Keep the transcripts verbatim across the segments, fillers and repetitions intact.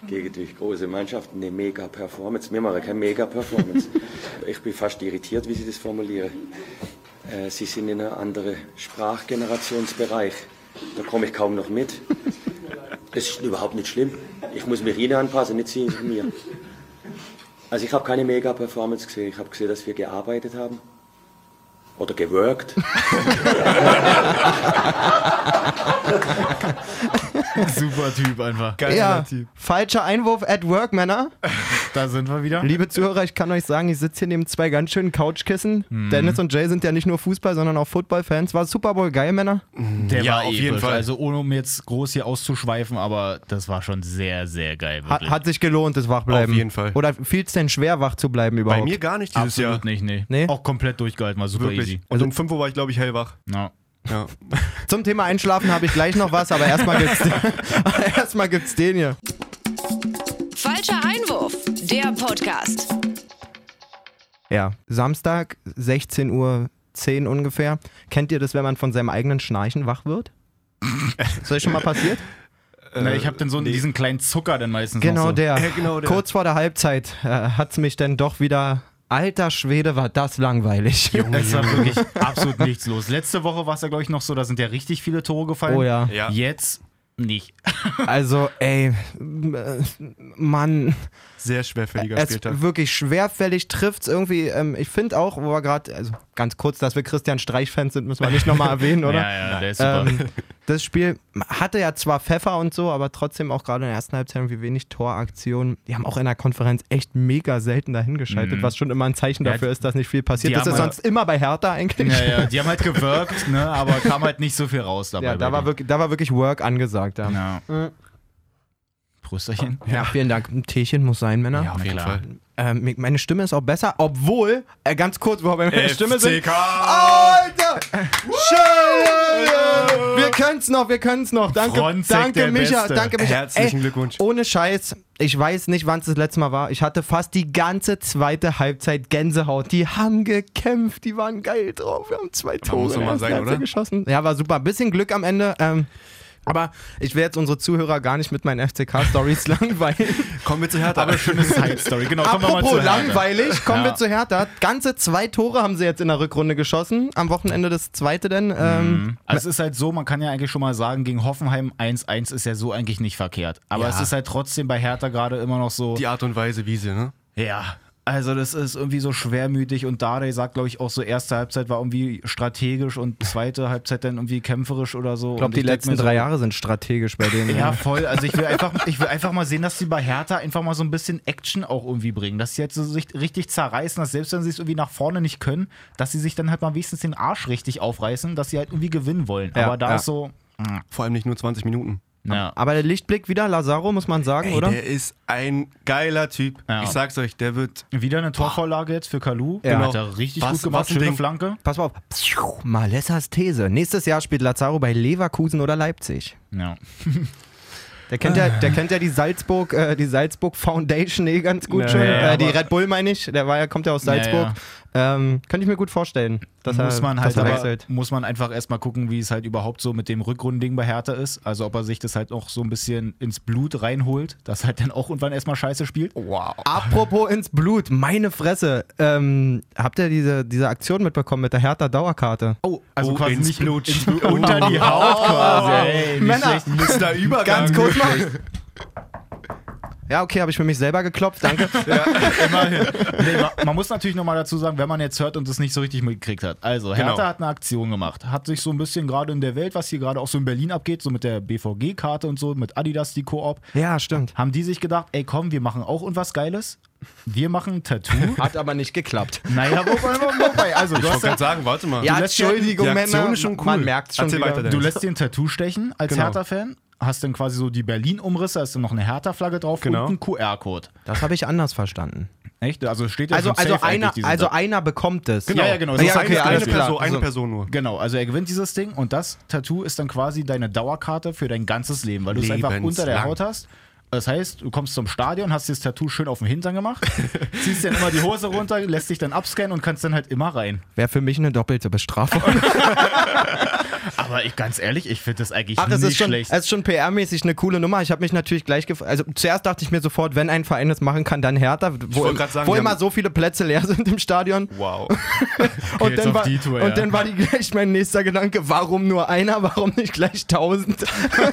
gegen die große Mannschaft eine Mega-Performance. Wir machen keine Mega-Performance. Ich bin fast irritiert, wie Sie das formulieren. Äh, Sie sind in einem anderen Sprachgenerationsbereich. Da komme ich kaum noch mit. Das ist überhaupt nicht schlimm. Ich muss mich Ihnen anpassen, nicht Sie mir. Also ich habe keine Mega-Performance gesehen. Ich habe gesehen, dass wir gearbeitet haben. Oder geworkt. Super Typ einfach. Geiler ja, Typ. Falscher Einwurf at work, Männer. Da sind wir wieder. Liebe Zuhörer, ich kann euch sagen, ich sitze hier neben zwei ganz schönen Couchkissen. Hm. Dennis und Jay sind ja nicht nur Fußball, sondern auch Football-Fans. War Super Bowl geil, Männer? Der ja, war auf jeden Fall. Also ohne um jetzt groß hier auszuschweifen, aber das war schon sehr, sehr geil. Hat, hat sich gelohnt, das Wachbleiben. Auf jeden Fall. Oder fiel es denn schwer, wach zu bleiben überhaupt? Bei mir gar nicht dieses Absolut Jahr. nicht, nee. nee. Auch komplett durchgehalten, war super Wirklich. easy. Also um fünf Uhr war ich, glaube ich, hellwach. Ja. Ja. Zum Thema Einschlafen habe ich gleich noch was, aber erstmal gibt's, den, erstmal gibt's den hier. Falscher Einwurf, der Podcast. Ja, Samstag, sechzehn Uhr zehn ungefähr. Kennt ihr das, wenn man von seinem eigenen Schnarchen wach wird? Ist das schon mal passiert? Na, ich habe dann so nee. diesen kleinen Zucker dann meistens genau noch so. Der. Äh, genau der. Kurz vor der Halbzeit äh, hat's mich dann doch wieder... Alter Schwede, war das langweilig. Junge, es war wirklich absolut nichts los. Letzte Woche war es ja, glaube ich, noch so, da sind ja richtig viele Tore gefallen. Oh ja. ja. Jetzt nicht. Also, ey, Mann. Sehr schwerfälliger es Spieltag. Wirklich schwerfällig trifft's irgendwie. Ähm, ich finde auch, wo wir gerade, also ganz kurz, dass wir Christian Streich-Fans sind, müssen wir nicht nochmal erwähnen, oder? Ja, ja, der ist super. Ähm, das Spiel hatte ja zwar Pfeffer und so, aber trotzdem auch gerade in der ersten Halbzeit irgendwie wenig Toraktionen. Die haben auch in der Konferenz echt mega selten dahingeschaltet, mhm. was schon immer ein Zeichen dafür ja, ist, dass nicht viel passiert. Das ist sonst halt immer bei Hertha eigentlich. Ja, ja, die haben halt gewirkt, ne, aber kam halt nicht so viel raus dabei. Ja, da war, wirklich, da war wirklich Work angesagt. Da. Ja. Mhm. Prösterchen. Ja, vielen Dank. Ein Teechen muss sein, Männer. Ja, auf jeden Fall. Ähm, meine Stimme ist auch besser, obwohl, äh, ganz kurz, wo wir bei meiner Stimme sind. Alter! Scheiße! Wir können's noch, wir können's noch. Danke, Fronzek, danke Micha, Beste. danke Micha. Herzlichen Ey, Glückwunsch. Ohne Scheiß, ich weiß nicht, wann es das letzte Mal war. Ich hatte fast die ganze zweite Halbzeit Gänsehaut. Die haben gekämpft, die waren geil drauf. Wir haben zwei Tore muss doch mal sein, oder? geschossen. Ja, war super. Bisschen Glück am Ende. Ähm, Aber ich will jetzt unsere Zuhörer gar nicht mit meinen F C K-Stories langweilen. Kommen wir zu Hertha. Aber schöne Side-Story. Genau, kommen wir mal Apropos zu Hertha. langweilig, kommen Ja. wir zu Hertha. Ganze zwei Tore haben sie jetzt in der Rückrunde geschossen. Am Wochenende das zweite denn. Ähm, Also es ist halt so, man kann ja eigentlich schon mal sagen, gegen Hoffenheim eins eins ist ja so eigentlich nicht verkehrt. Aber Ja. es ist halt trotzdem bei Hertha gerade immer noch so... Die Art und Weise, wie sie, ne? Ja, also das ist irgendwie so schwermütig und Dardai sagt, glaube ich, auch so, erste Halbzeit war irgendwie strategisch und zweite Halbzeit dann irgendwie kämpferisch oder so. ich glaube, die letzten drei Jahre sind strategisch bei denen. Ja, voll. Also ich will einfach, ich will einfach mal sehen, dass sie bei Hertha einfach mal so ein bisschen Action auch irgendwie bringen. Dass sie jetzt so sich richtig zerreißen, dass selbst wenn sie es irgendwie nach vorne nicht können, dass sie sich dann halt mal wenigstens den Arsch richtig aufreißen, dass sie halt irgendwie gewinnen wollen. Ja, Aber da ja. ist so... Vor allem nicht nur zwanzig Minuten. Ja. Aber der Lichtblick wieder, Lazaro, muss man sagen, Ey, oder? der ist ein geiler Typ. Ja. Ich sag's euch, der wird... Wieder eine Torvorlage jetzt für Kalu. Ja. Hat er richtig Was- gut gemacht. was ein Schöne Ding. Flanke. Pass mal auf. Malessas These. Nächstes Jahr spielt Lazaro bei Leverkusen oder Leipzig. Ja. Der kennt ja, der kennt ja die Salzburg, äh, die Salzburg Foundation eh ganz gut Ja, schon. ja, äh, die aber- Red Bull meine ich. Der war ja, kommt ja aus Salzburg. Ja, Ähm, könnte ich mir gut vorstellen, dass muss er, man dass halt er aber, wechselt. muss man einfach erstmal gucken, wie es halt überhaupt so mit dem Rückrundending bei Hertha ist. Also ob er sich das halt auch so ein bisschen ins Blut reinholt, dass halt dann auch irgendwann erstmal Scheiße spielt. Wow. Apropos ins Blut, meine Fresse. Ähm, habt ihr diese, diese Aktion mitbekommen mit der Hertha Dauerkarte? Oh, also Oh, quasi ins nicht Blut. ins Blut unter die Haut quasi. Ey, nicht Männer, schlecht. Mister Übergang. ganz kurz mal. Ja, okay, habe ich für mich selber geklopft, danke. Immerhin. Nee, man, man muss natürlich nochmal dazu sagen, wenn man jetzt hört und es nicht so richtig mitgekriegt hat. Also, Hertha Genau. hat eine Aktion gemacht. Hat sich so ein bisschen gerade in der Welt, was hier gerade auch so in Berlin abgeht, so mit der B V G-Karte und so, mit Adidas, die Koop, Ja, stimmt. haben die sich gedacht, ey komm, wir machen auch irgendwas Geiles. Wir machen ein Tattoo. Hat aber nicht geklappt. Naja, wobei, wobei, also Ich du, hast wollte ja, gerade sagen, warte mal. Ja, lässt ja- Entschuldigung, die Aktion Männer. ist schon cool. Man merkt schon Erzähl wieder. weiter, du Dennis. lässt dir ein Tattoo stechen als Genau. Hertha-Fan, hast dann quasi so die Berlin-Umrisse, da ist dann noch eine Hertha-Flagge drauf Genau. und ein Q R-Code. Das habe ich anders verstanden. Echt? Also steht ja Also, schon also, safe einer, eigentlich, diese also Sache. einer bekommt es. Ja, ja, genau. Ja, Das ist okay, eine, alles eine, klar. Person, eine Also- Person nur. Genau, also er gewinnt dieses Ding und das Tattoo ist dann quasi deine Dauerkarte für dein ganzes Leben, weil du es einfach unter der Lebenslang. Haut hast Das heißt, du kommst zum Stadion, hast dir das Tattoo schön auf dem Hintern gemacht, ziehst dann immer die Hose runter, lässt dich dann abscannen und kannst dann halt immer rein. Wäre für mich eine doppelte Bestrafung. Aber ich, ganz ehrlich, ich finde das eigentlich Ach, nicht es ist schon, schlecht. es ist schon P R-mäßig eine coole Nummer. Ich habe mich natürlich gleich gefragt, also zuerst dachte ich mir sofort, wenn ein Verein das machen kann, dann Hertha, wo, wollte grad sagen, wo die immer haben- so viele Plätze leer sind im Stadion. Wow. und, jetzt dann auf war, die Tour, und ja. dann war die gleich mein nächster Gedanke, warum nur einer, warum nicht gleich tausend?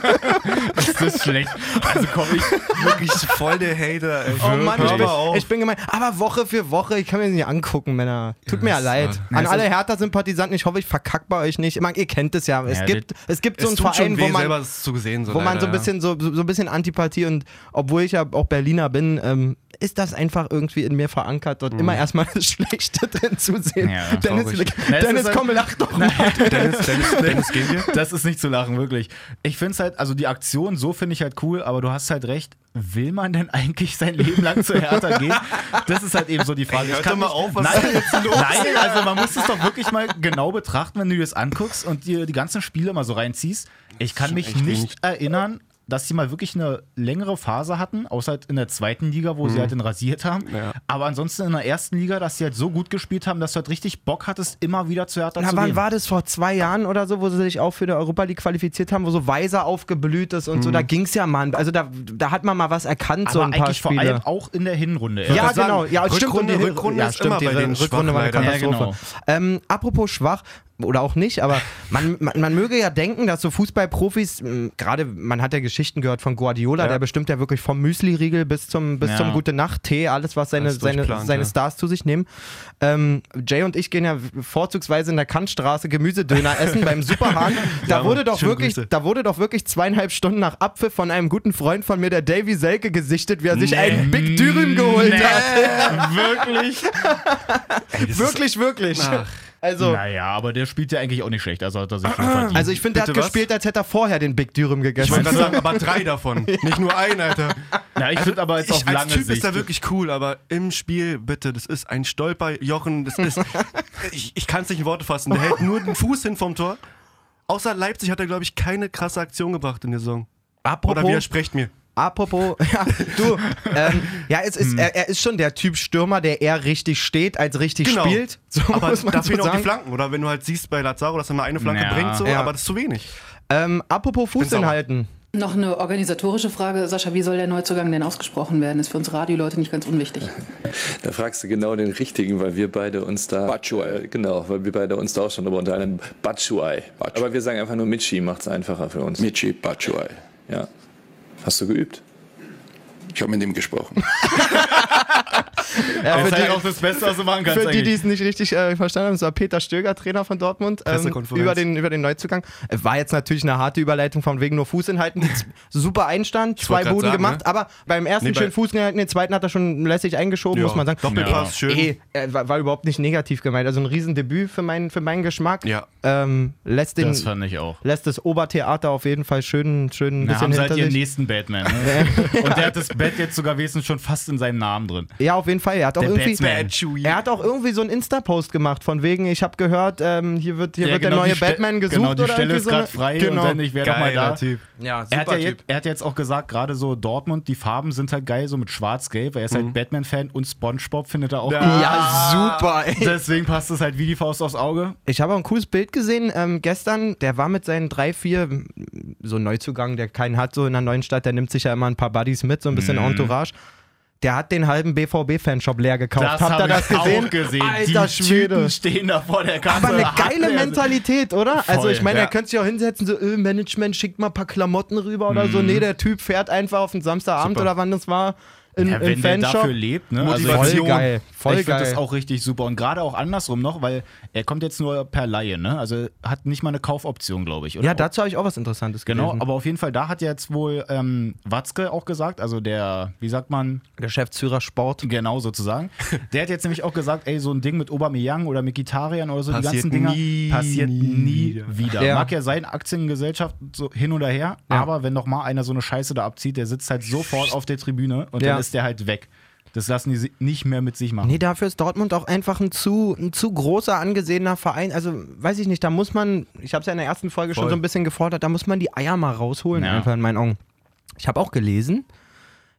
Ist das schlecht? Also komm, ich... Wirklich voll der Hater. Ey. Oh Mann, ich Hör bin, mal auf. ich bin gemein. Aber Woche für Woche, ich kann mir das nicht angucken, Männer. Tut mir ja das leid. ist- An Ja, alle es ist- Hertha-Sympathisanten, ich hoffe, ich verkack bei euch nicht. Ich meine, ihr kennt es ja. Es Ja, gibt, es gibt so Es einen tut Verein, schon wo weh, man, selber das zu sehen. So wo man leider, so ein bisschen so, so ein bisschen Antipathie und obwohl ich ja auch Berliner bin, ähm, ist das einfach irgendwie in mir verankert, dort immer erstmal das Schlechte drin zu sehen. Ja, Dennis, traurig. Na, es Dennis ist halt- komm, lach doch mal. Ja. Dennis, Dennis, Dennis, gehen wir? Das ist nicht zu lachen, wirklich. Ich finde es halt, also die Aktion, so finde ich halt cool, aber du hast halt recht, will man denn eigentlich sein Leben lang zu Hertha gehen? Das ist halt eben so die Frage. Ey, Ich hört kann doch mal nicht- auf, was nein, ist jetzt los? Nein, also man muss es doch wirklich mal genau betrachten, wenn du dir das anguckst und dir die ganzen Spiele mal so reinziehst. Ich kann mich echt nicht wenig. erinnern, dass sie mal wirklich eine längere Phase hatten, außer halt in der zweiten Liga, wo sie halt den rasiert haben. Ja. Aber ansonsten in der ersten Liga, dass sie halt so gut gespielt haben, dass du halt richtig Bock hattest, immer wieder zu Hertha Na, zu wann gehen. war das? Vor zwei Jahren oder so, wo sie sich auch für die Europa League qualifiziert haben, wo so Weiser aufgeblüht ist und so. Da ging es ja mal. Also da, da hat man mal was erkannt, so aber ein paar eigentlich vor Spiele. allem auch in der Hinrunde. Ja, wollte genau. sagen, Ja, stimmt. Rückrunde- und die Rückrunde ja, ist stimmt, immer die bei denen Rückrunde war eine schwach, leider. Katastrophe. Ja, ähm, apropos schwach, oder auch nicht, aber man, man, man möge ja denken, dass so Fußballprofis, mh, gerade man hat ja Geschichten gehört von Guardiola, Ja. der bestimmt ja wirklich vom Müsli-Riegel bis zum, bis Ja. zum Gute-Nacht-Tee, alles, was seine, Alles seine, durchplant, seine ja. Stars zu sich nehmen. Ähm, Jay und ich gehen ja vorzugsweise in der Kantstraße Gemüsedöner essen beim Superhahn. Da, Ja, wurde doch schöne wirklich, Grüße. da wurde doch wirklich zweieinhalb Stunden nach Abpfiff von einem guten Freund von mir, der Davy Selke, gesichtet, wie er sich Nee. einen Big Dürüm geholt Nee. hat. Wirklich? Wirklich, wirklich. Also, Naja, aber der spielt ja eigentlich auch nicht schlecht, also hat er sich schon verdient. also ich finde, der hat Bitte was? gespielt, als hätte er vorher den Big Dürüm Ich gegessen. wollte gerade sagen, aber drei davon. Nicht nur ein, Alter. ja, ich finde aber jetzt Ich, auf als lange Typ Sicht. ist er wirklich cool, aber im Spiel, bitte, das ist ein Stolperjochen. Das ist, ich ich kann es nicht in Worte fassen. Der hält nur den Fuß hin vom Tor. Außer Leipzig hat er, glaube ich, keine krasse Aktion gebracht in der Saison. Oder Apropos, widersprecht mir. apropos, ja, du, ähm, ja, es ist, er, er ist schon der Typ Stürmer, der eher richtig steht, als richtig Genau. spielt. So Aber muss man da so fehlen auch die sagen. Flanken. Oder wenn du halt siehst bei Lazaro, dass er mal eine Flanke Ja. bringt, so, Ja. aber das ist zu wenig. Ähm, apropos Fuß Bin sauer. hinhalten. Noch eine organisatorische Frage. Sascha, wie soll der Neuzugang denn ausgesprochen werden? Ist für uns Radioleute nicht ganz unwichtig. Da fragst du genau den richtigen, weil wir beide uns da. Batshuayi, genau, weil wir beide uns da auch schon drüber unterhalten. Batshuayi. Aber wir sagen einfach nur Michi, macht es einfacher für uns. Michi Batshuayi. Ja. Hast du geübt? Ich habe mit ihm gesprochen. Ja, das für ist halt die, auch das Beste, was du machen kannst. für die, die eigentlich. es nicht richtig äh, verstanden haben, das war Peter Stöger, Trainer von Dortmund, ähm, Pressekonferenz. über, den, über den Neuzugang. Äh, War jetzt natürlich eine harte Überleitung von wegen nur Fuß hinhalten. Super Einstand, zwei wollte grad Buden sagen, gemacht, ne? aber beim ersten Nee, bei- schön Fuß hinhalten, den zweiten hat er schon lässig eingeschoben, Ja. muss man sagen. Doppelpass, schön. Ey, äh, war, war überhaupt nicht negativ gemeint. Also ein Riesendebüt für, mein, für meinen Geschmack. Ja. Ähm, lässt, den, Das fand ich auch. lässt das Obertheater auf jeden Fall schön, schön ein Na, bisschen haben sie halt hinter ihren sich. nächsten Batman. Ne? Und der hat das Bett jetzt sogar wesentlich schon fast in seinem Namen drin. Ja, auf jeden Fall. Er hat auch Der irgendwie, Batman. er hat auch irgendwie so einen Insta-Post gemacht, von wegen, ich habe gehört, ähm, hier wird, hier Ja, wird genau, der neue die Ste- Batman gesucht. Genau, die oder Stelle irgendwie ist so gerade eine- frei genau. und dann ich wäre doch mal da. Geiler Typ. Ja, Er hat, ja super jetzt, Typ. er hat jetzt auch gesagt, gerade so Dortmund, die Farben sind halt geil, so mit schwarz-gelb, weil er ist halt Batman-Fan und Spongebob findet er auch gut. Ja, super, ey. Deswegen passt es halt wie die Faust aufs Auge. Ich habe auch ein cooles Bild gesehen ähm, gestern, der war mit seinen drei, vier, so ein Neuzugang, der keinen hat, so in der neuen Stadt, der nimmt sich ja immer ein paar Buddies mit, so ein bisschen Entourage. Der hat den halben B V B-Fanshop leer gekauft. Das Habt ihr habe das ich gesehen? auch gesehen. Alter die Schwede. Typen stehen da vor der Kasse. Aber eine Hat geile der- Mentalität, oder? Also Voll, ich meine, ja. er könnte sich auch hinsetzen, so, äh, Management schickt mal ein paar Klamotten rüber oder so. Nee, der Typ fährt einfach auf den Samstagabend Super. oder wann das war, in, Ja, in wenn der Fanshop. dafür lebt, ne? Also Voll geil, voll ich finde geil. das auch richtig super. Und gerade auch andersrum noch, weil er kommt jetzt nur per Laie, ne? Also hat nicht mal eine Kaufoption, glaube ich. Oder Ja, auch- dazu habe ich auch was Interessantes Genau, gelesen. aber auf jeden Fall, da hat jetzt wohl ähm, Watzke auch gesagt, also der, wie sagt man, Geschäftsführer Sport. genau sozusagen, der hat jetzt nämlich auch gesagt, ey, so ein Ding mit Aubameyang oder Mkhitaryan oder so, die Passiert ganzen Dinger, nie passiert nie wieder. Ja. Mag ja sein, Aktiengesellschaft so hin oder her, Ja. aber wenn noch mal einer so eine Scheiße da abzieht, der sitzt halt sofort auf der Tribüne und Ja. dann ist der halt weg. Das lassen die si- nicht mehr mit sich machen. Nee, dafür ist Dortmund auch einfach ein zu, ein zu großer, angesehener Verein. Also, weiß ich nicht, da muss man, ich habe es ja in der ersten Folge schon Voll. so ein bisschen gefordert, da muss man die Eier mal rausholen, Ja. einfach in meinen Augen. Ich habe auch gelesen,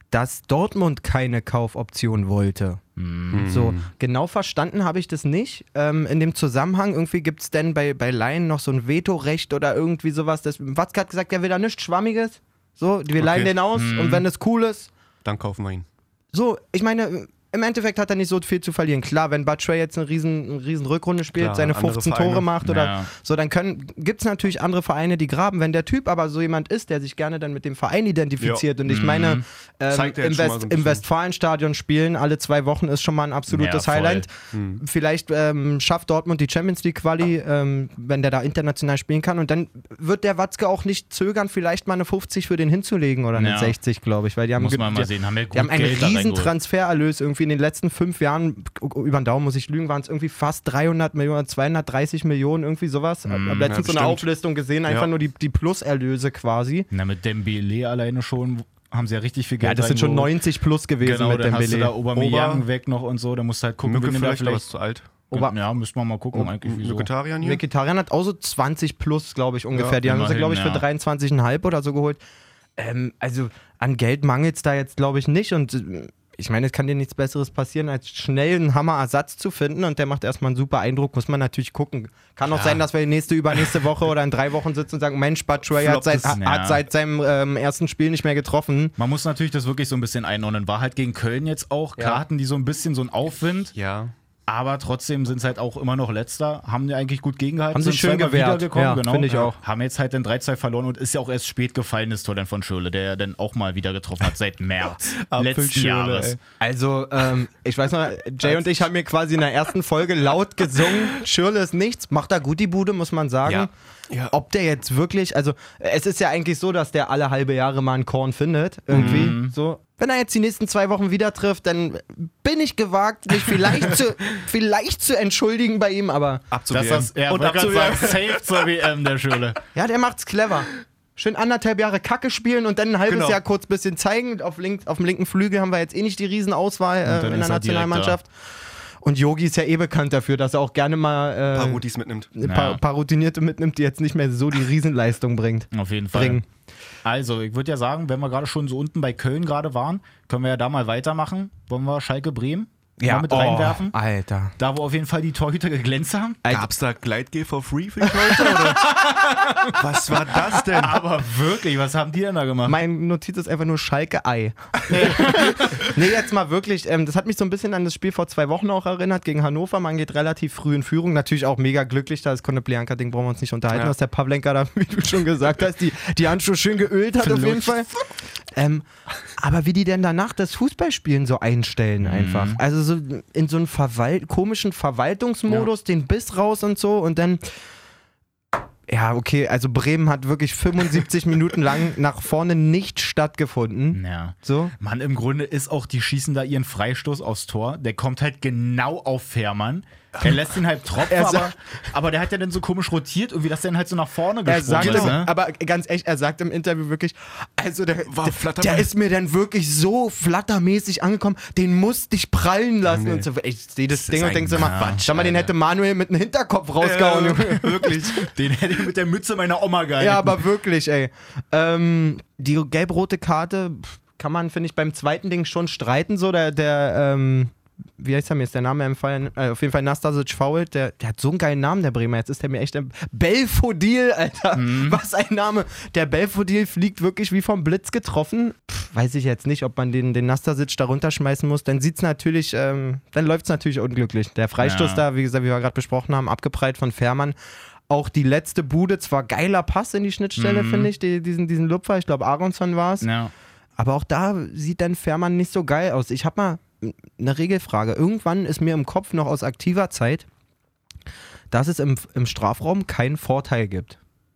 dass Dortmund keine Kaufoption wollte. Mhm. So, genau verstanden habe ich das nicht. Ähm, in dem Zusammenhang, irgendwie gibt es denn bei, bei Laien noch so ein Vetorecht oder irgendwie sowas. Das, Watzke hat gesagt, er will da nichts Schwammiges. So, wir leihen Okay. den aus Mhm. und wenn es cool ist. Dann kaufen wir ihn. So, ich meine, im Endeffekt hat er nicht so viel zu verlieren. Klar, wenn Batshuayi jetzt eine riesen, eine riesen Rückrunde spielt, Klar, seine andere fünfzehn Vereine. Tore macht oder Ja. so, dann gibt es natürlich andere Vereine, die graben. Wenn der Typ aber so jemand ist, der sich gerne dann mit dem Verein identifiziert und ich meine, ähm, Zeigt er im, jetzt schon mal West, so ein im bisschen. Westfalenstadion spielen alle zwei Wochen ist schon mal ein absolutes Ja, voll. Highlight. Vielleicht ähm, schafft Dortmund die Champions League Quali, ähm, wenn der da international spielen kann und dann wird der Watzke auch nicht zögern, vielleicht mal eine fünfzig für den hinzulegen oder eine Ja. sechzig, glaube ich, weil die haben, Muss ge- man mal die, sehen, haben ja gut die haben einen Geld da riesen reingeholt. Transfererlös irgendwie in den letzten fünf Jahren, über den Daumen muss ich lügen, waren es irgendwie fast dreihundert Millionen, zweihundertdreißig Millionen, irgendwie sowas. Ich habe letztens so eine bestimmt. Auflistung gesehen, einfach Ja. nur die, die Pluserlöse quasi. Na, mit Dembele alleine schon haben sie ja richtig viel Geld Ja, das sind schon reingeholt. neunzig plus gewesen Genau, mit dann hast du da Dembele. Aubameyang Ober- weg noch und so, da musst du halt gucken, Mücke wen du da vielleicht, aber vielleicht... ist zu alt. Ober- ja, müssen wir mal gucken, eigentlich wieso. Vegetarier hier? Vegetarier hat auch so zwanzig plus, glaube ich, ungefähr. Ja, die haben sie, immerhin, glaube ich, für ja. dreiundzwanzig Komma fünf oder so geholt. Ähm, also an Geld mangelt es da jetzt, glaube ich, nicht. Und äh, ich meine, es kann dir nichts Besseres passieren, als schnell einen Hammerersatz zu finden. Und der macht erstmal einen super Eindruck, muss man natürlich gucken. Kann auch sein, dass wir nächste, übernächste Woche oder in drei Wochen sitzen und sagen, Mensch, Batshuayi hat, Floppt seit, es, hat ja. seit seinem ähm, ersten Spiel nicht mehr getroffen. Man muss natürlich das wirklich so ein bisschen einordnen. War halt gegen Köln jetzt auch, Ja. klar hatten die so ein bisschen so einen Aufwind, Ja. aber trotzdem sind es halt auch immer noch Letzter, haben die eigentlich gut gegengehalten, Haben sie sind schön zweimal gewehrt. wiedergekommen, Ja, genau. finde ich auch. Haben jetzt halt dann drei zwei verloren und ist ja auch erst spät gefallen, das Tor dann von Schürrle, der ja dann auch mal wieder getroffen hat seit März letzten Apfelschürle, Jahres. ey. Also, ähm, ich weiß noch, Jay und ich haben mir quasi in der ersten Folge laut gesungen, Schürrle ist nichts, macht da gut die Bude, muss man sagen. Ja. Ja. Ob der jetzt wirklich, also es ist ja eigentlich so, dass der alle halbe Jahre mal einen Korn findet, irgendwie, Mhm. so. Wenn er jetzt die nächsten zwei Wochen wieder trifft, dann bin ich gewagt, mich vielleicht zu, vielleicht zu entschuldigen bei ihm, aber Ab zu Das W M. ist, ja, Und wollte ab zu gerade W M. sagen, safe zur W M, der Schürrle. ja, der macht's clever. Schön anderthalb Jahre Kacke spielen und dann ein halbes Genau. Jahr kurz bisschen zeigen. Auf, link, auf dem linken Flügel haben wir jetzt eh nicht die Riesenauswahl dann äh, in der ist er direkt Nationalmannschaft. Und Yogi ist ja eh bekannt dafür, dass er auch gerne mal Ein paar äh, Routiers mitnimmt. ein paar, Ja. paar Routinierte mitnimmt, die jetzt nicht mehr so die Riesenleistung bringt. Auf jeden Fall. Bringen. Also, ich würde ja sagen, wenn wir gerade schon so unten bei Köln gerade waren, können wir ja da mal weitermachen. Wollen wir Schalke Bremen mal mit reinwerfen? Oh, Alter. Da, wo auf jeden Fall die Torhüter geglänzt haben. Gab's da Gleitgel for free für die Leute? Oder? Was war das denn? Aber wirklich, was haben die denn da gemacht? Meine Notiz ist einfach nur Schalke-Ei. Nee, jetzt mal wirklich, ähm, das hat mich so ein bisschen an das Spiel vor zwei Wochen auch erinnert, gegen Hannover. Man geht relativ früh in Führung. Natürlich auch mega glücklich, da das Konoplyanka-Ding brauchen wir uns nicht unterhalten, Ja. dass der Pavlenka da, wie du schon gesagt hast, die, die Handschuhe schön geölt hat auf jeden Fall. Ähm, aber wie die denn danach das Fußballspielen so einstellen einfach. Also so in so einen Verwal- komischen Verwaltungsmodus, den Biss raus und so und dann... Ja, okay, also Bremen hat wirklich fünfundsiebzig Minuten lang nach vorne nicht stattgefunden. Ja. So. Mann, im Grunde ist auch, die schießen da ihren Freistoß aufs Tor. Der kommt halt genau auf Fährmann. Er lässt ihn halt tropfen, Er sa- aber, aber der hat ja dann so komisch rotiert, irgendwie, dass der dann halt so nach vorne Er gesprungen sagt, ist. Ne? aber ganz echt, er sagt im Interview wirklich, also der, War der, Flatterball. der ist mir dann wirklich so flattermäßig angekommen, den musste ich prallen lassen Nee. und so. Ich sehe das, Das Ding ist und ein denke immer, Quatsch, schau mal, den hätte Manuel mit einem Hinterkopf rausgehauen. Junge. Wirklich. Den hätte ich mit der Mütze meiner Oma gehalten. Ja, aber wirklich, ey. Ähm, die gelb-rote Karte pff, kann man, finde ich, beim zweiten Ding schon streiten, so der, der ähm, wie heißt er mir, ist der Name empfallen? Äh, auf jeden Fall Nastasic fault, der, der hat so einen geilen Namen, der Bremer. Jetzt ist der mir echt ein Belfodil, Alter. Was ein Name. Der Belfodil fliegt wirklich wie vom Blitz getroffen. Pff, weiß ich jetzt nicht, ob man den, den Nastasic da runterschmeißen muss. Dann sieht's natürlich, ähm, dann läuft's natürlich unglücklich. Der Freistoß Ja. da, wie gesagt, wie wir gerade besprochen haben, abgeprallt von Fährmann. Auch die letzte Bude, zwar geiler Pass in die Schnittstelle, finde ich, die, diesen, diesen Lupfer, ich glaube Aronson war es. Ja. Aber auch da sieht dann Fährmann nicht so geil aus. Ich habe mal eine Regelfrage. Irgendwann ist mir im Kopf noch aus aktiver Zeit, dass es im, im Strafraum keinen Vorteil gibt.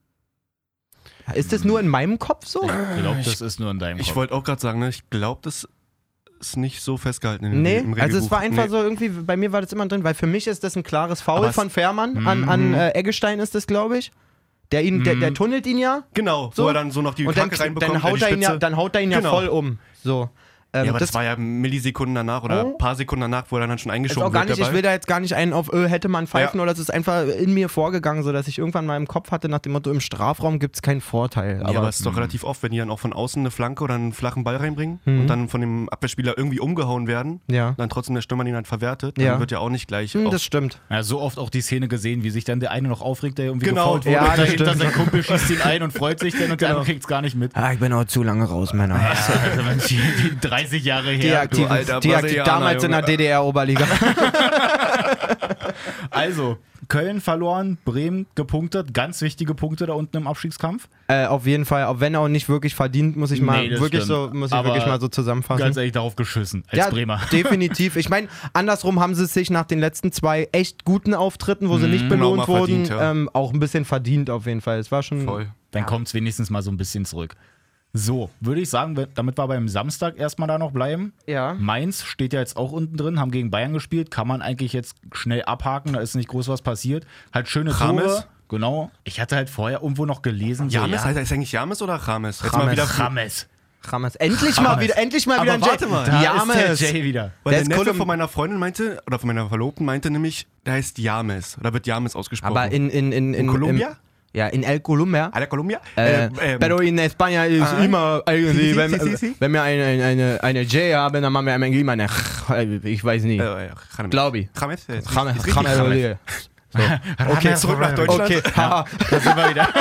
Ist das nur in meinem Kopf so? Ich glaube, das ist nur in deinem Ich Kopf. wollte auch gerade sagen, ne, ich glaube, das ist nicht so festgehalten in Nee, im also es Regelbuch. war einfach Nee. so irgendwie, bei mir war das immer drin, weil für mich ist das ein klares Foul Aber es- von Fährmann an, an äh, Eggestein ist das, glaube ich. Der, ihn, der, der tunnelt ihn ja. Genau, So. wo er dann so noch die Und dann, Hacke reinbekommt. dann, haut in die er ihn ja, Spitze. dann haut er ihn ja Genau. voll um. So. Ähm, ja, aber das, das war ja Millisekunden danach oder ein oh. paar Sekunden danach, wo er dann schon eingeschoben ist auch gar wird. Nicht, ich will da jetzt gar nicht einen auf Ö, hätte man pfeifen, ja. oder es ist einfach in mir vorgegangen, so dass ich irgendwann mal im Kopf hatte, nach dem Motto, im Strafraum gibt es keinen Vorteil. Ja, aber, aber es ist doch relativ oft, wenn die dann auch von außen eine Flanke oder einen flachen Ball reinbringen mhm. und dann von dem Abwehrspieler irgendwie umgehauen werden, ja. dann trotzdem der Stürmer ihn halt verwertet, dann ja. wird ja auch nicht gleich. Mhm, auch das stimmt. Ja, so oft auch die Szene gesehen, wie sich dann der eine noch aufregt, der irgendwie genau. gefault wurde. Ja, und dahinter stimmt. sein Kumpel schießt ihn ein und freut sich dann und der andere kriegt es gar nicht mit. Ah, ich bin auch zu lange raus, Männer. Ja, also die, die dreißig Jahre her. Die aktiven, Alter, die aktiv, damals Junge. In der D D R-Oberliga. Also, Köln verloren, Bremen gepunktet, ganz wichtige Punkte da unten im Abstiegskampf. Äh, auf jeden Fall, auch wenn auch nicht wirklich verdient, muss ich mal nee, wirklich so muss ich wirklich mal so zusammenfassen. Ganz ehrlich darauf geschissen als ja, Bremer. Definitiv. Ich meine, andersrum haben sie es sich nach den letzten zwei echt guten Auftritten, wo sie nicht belohnt wurden, verdient, ja. ähm, auch ein bisschen verdient auf jeden Fall. Es war schon. Voll. Dann ja. kommt es wenigstens mal so ein bisschen zurück. So, würde ich sagen, damit wir beim Samstag erstmal da noch bleiben. Ja. Mainz steht ja jetzt auch unten drin, haben gegen Bayern gespielt, kann man eigentlich jetzt schnell abhaken, da ist nicht groß was passiert. Halt schöne James. Tore. Genau. Ich hatte halt vorher irgendwo noch gelesen. James, so, ja. heißt das eigentlich James oder James? Jetzt mal wieder James. James. Endlich mal wieder, endlich mal Aber wieder ein warte Jay. mal. Da James. ist der Jay wieder. Weil der der ist Neffe cool. von meiner Freundin meinte, oder von meiner Verlobten meinte nämlich, der heißt James. Oder wird James ausgesprochen. Aber in, in, in, in, in Colombia? Im, ja, in El Colombia. Ah, der Colombia? Äh, ähm, ähm, pero in España ist ah, immer eigentlich, si, wenn, si, si, si. wenn wir eine, eine, eine, eine J haben, dann machen wir immer eine, ich weiß nicht. Äh, James. Glaube ich. James? James. James. Ist richtig James. So. Okay, zurück nach Deutschland. Okay, haha. Da sind wir wieder.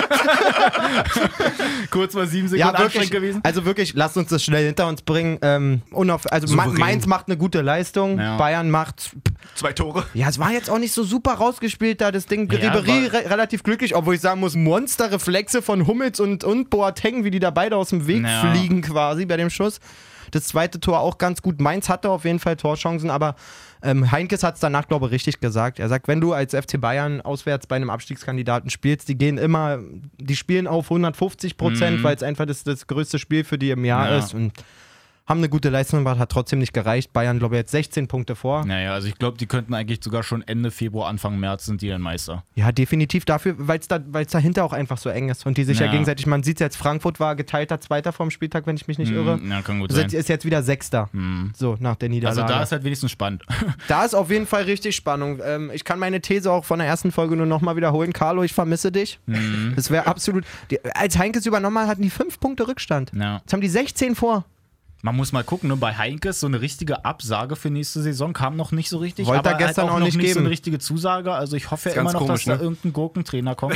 Kurz mal sieben Sekunden Ja, anstrengend wirklich, gewesen. also wirklich, lasst uns das schnell hinter uns bringen. Ähm, unauf, also Souverän. Mainz macht eine gute Leistung, Ja. Bayern macht... Zwei Tore. Ja, es war jetzt auch nicht so super rausgespielt da, das Ding. Ja, Ribéry war- re relativ glücklich, obwohl ich sagen muss, Monsterreflexe von Hummels und, und Boateng, wie die da beide aus dem Weg Ja. fliegen quasi bei dem Schuss. Das zweite Tor auch ganz gut. Mainz hatte auf jeden Fall Torchancen, aber ähm, Heinkes hat es danach, glaube ich, richtig gesagt. Er sagt, wenn du als F C Bayern auswärts bei einem Abstiegskandidaten spielst, die gehen immer, die spielen auf hundertfünfzig Prozent, Mhm. weil es einfach das, das größte Spiel für die im Jahr Ja. ist und haben eine gute Leistung gemacht, hat trotzdem nicht gereicht. Bayern, glaube ich, jetzt sechzehn Punkte vor. Naja, also ich glaube, die könnten eigentlich sogar schon Ende Februar, Anfang März sind die dann Meister. Ja, definitiv dafür, weil es da, weil's dahinter auch einfach so eng ist und die sich ja, Ja. gegenseitig, man sieht es jetzt, Frankfurt war geteilter Zweiter vom Spieltag, wenn ich mich nicht irre. Mhm, ja, kann gut Ist sein. jetzt- ist jetzt wieder Sechster, Mhm. so nach der Niederlage. Also da ist halt wenigstens spannend. Da ist auf jeden Fall richtig Spannung. Ähm, ich kann meine These auch von der ersten Folge nur nochmal wiederholen. Carlo, ich vermisse dich. Mhm. Das wäre absolut, die, als Heinkes übernommen hat, hatten die fünf Punkte Rückstand. Ja. Jetzt haben die sechzehn vor. Man muss mal gucken, ne? Bei Heinkes so eine richtige Absage für nächste Saison kam noch nicht so richtig. Wollte er aber gestern halt auch auch noch nicht nicht so geben. eine richtige Zusage. Also ich hoffe ja Ist immer ganz noch, komisch, dass da ne? irgendein Gurkentrainer kommt.